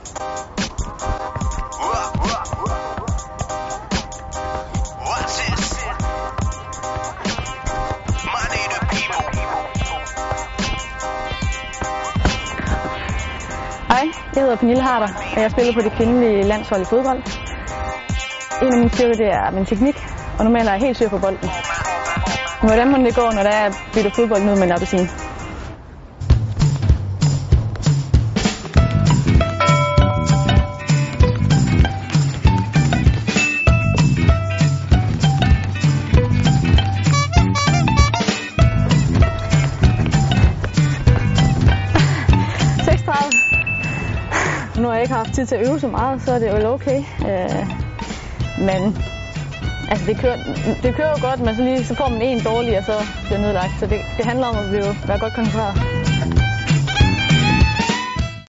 Hej, jeg hedder Pernille Harder, og jeg spiller på det kvindelige landshold i fodbold. En af mine styrker, det er min teknik, og normalt er jeg helt styr på bolden. Men hvordan må det gå, når der er bytter fodbolden ud med en appelsin? Nu har jeg ikke haft tid til at øve så meget, så er det jo okay. Men altså det kører jo godt, men så får man en dårlig, og så bliver nedlagt. Så det handler om at være godt koncentreret.